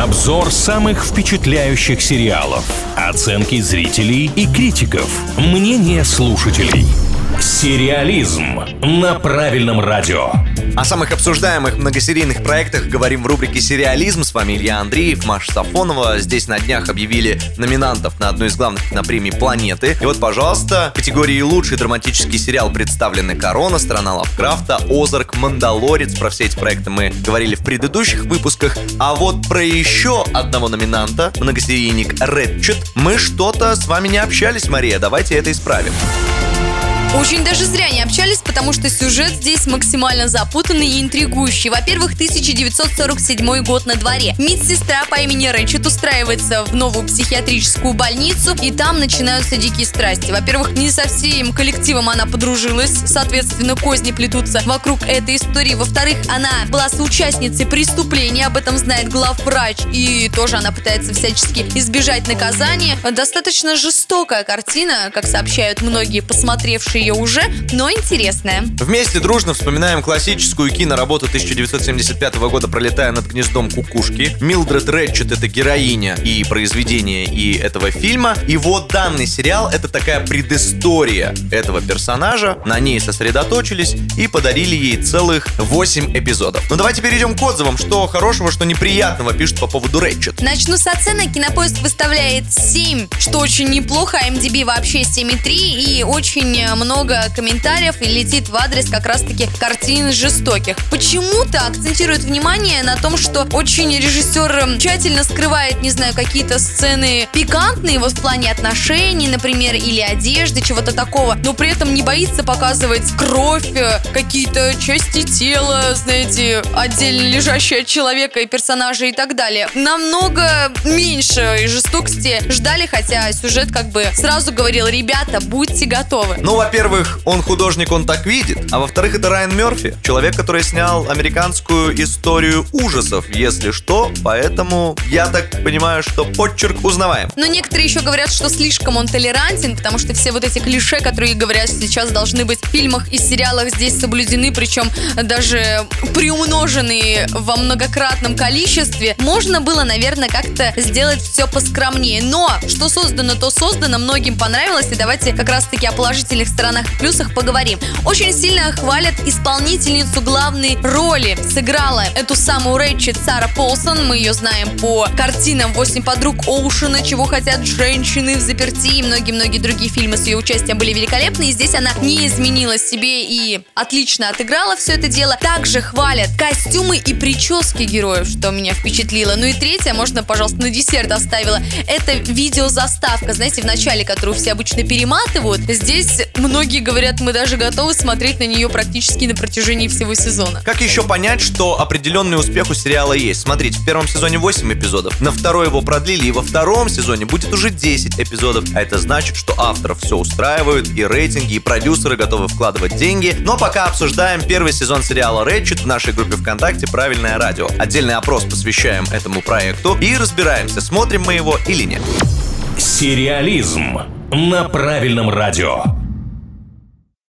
Обзор самых впечатляющих сериалов. Оценки зрителей и критиков. Мнение слушателей. Сериализм на правильном радио. О самых обсуждаемых многосерийных проектах говорим в рубрике «Сериализм». С вами Илья Андреев, Маша Сафонова. Здесь на днях объявили номинантов на одну из главных кинопремий планеты. И вот, пожалуйста, в категории «Лучший драматический сериал» представлены «Корона», «Страна Лавкрафта», «Озарк», «Мандалорец». Про все эти проекты мы говорили в предыдущих выпусках. А вот про еще одного номинанта, многосерийник «Рэтчет», мы что-то с вами не общались, Мария. Давайте это исправим. Очень даже зря не общались, потому что сюжет здесь максимально запутанный и интригующий. Во-первых, 1947 год на дворе. Медсестра по имени Рэтчет устраивается в новую психиатрическую больницу, и там начинаются дикие страсти. Во-первых, не со всем коллективом она подружилась, соответственно, козни плетутся вокруг этой истории. Во-вторых, она была соучастницей преступления, об этом знает главврач, и тоже она пытается всячески избежать наказания. Достаточно жестокая картина, как сообщают многие, посмотревшие ее уже, но интересная. Вместе дружно вспоминаем классическую киноработу 1975 года «Пролетая над гнездом кукушки». Милдред Рэтчет — это героиня и произведение и этого фильма. И вот данный сериал — это такая предыстория этого персонажа. На ней сосредоточились и подарили ей целых 8 эпизодов. Ну давайте перейдем к отзывам. Что хорошего, что неприятного пишут по поводу Рэтчет. Начну с оценок. Кинопоиск выставляет 7, что очень неплохо. IMDb вообще 7,3, и очень много комментариев и летит в адрес как раз-таки картин жестоких. Почему-то акцентирует внимание на том, что очень режиссер тщательно скрывает, не знаю, какие-то сцены пикантные, вот в плане отношений, например, или одежды, чего-то такого, но при этом не боится показывать кровь, какие-то части тела, знаете, отдельно лежащие от человека и персонажа и так далее. Намного меньше жестокости ждали, хотя сюжет как бы сразу говорил: ребята, будьте готовы. Ну, во-первых, он художник, он так видит. А во-вторых, это Райан Мерфи, человек, который снял американскую историю ужасов, если что. Поэтому я так понимаю, что подчерк узнаваем. Но некоторые еще говорят, что слишком он толерантен, потому что все вот эти клише, которые говорят, сейчас должны быть в фильмах и сериалах, здесь соблюдены, причем даже приумноженные во многократном количестве. Можно было, наверное, как-то сделать все поскромнее. Но что создано, то создано. Многим понравилось. И давайте как раз-таки о положительных сторонах и плюсах поговорим. Очень сильно хвалят исполнительницу главной роли. Сыграла эту самую Рэтчет Сара Полсон. Мы ее знаем по картинам «8 подруг Оушена», «Чего хотят женщины», «Взаперти» и многие-многие другие фильмы с ее участием были великолепны. И здесь она не изменила себе и отлично отыграла все это дело. Также хвалят костюмы и прически героев, что меня впечатлило. Ну и третье, можно, пожалуйста, на десерт оставила. Это видеозаставка, знаете, в начале, которую все обычно перематывают. Здесь многие говорят, мы даже готовы смотреть на нее практически на протяжении всего сезона. Как еще понять, что определенный успех у сериала есть? Смотрите, в первом сезоне 8 эпизодов, на второй его продлили, и во втором сезоне будет уже 10 эпизодов. А это значит, что авторов все устраивают, и рейтинги, и продюсеры готовы вкладывать деньги. Но пока обсуждаем первый сезон сериала «Рэтчет» в нашей группе ВКонтакте «Правильное радио». Отдельный опрос посвящаем этому проекту и разбираемся, смотрим мы его или нет. Сериализм на правильном радио.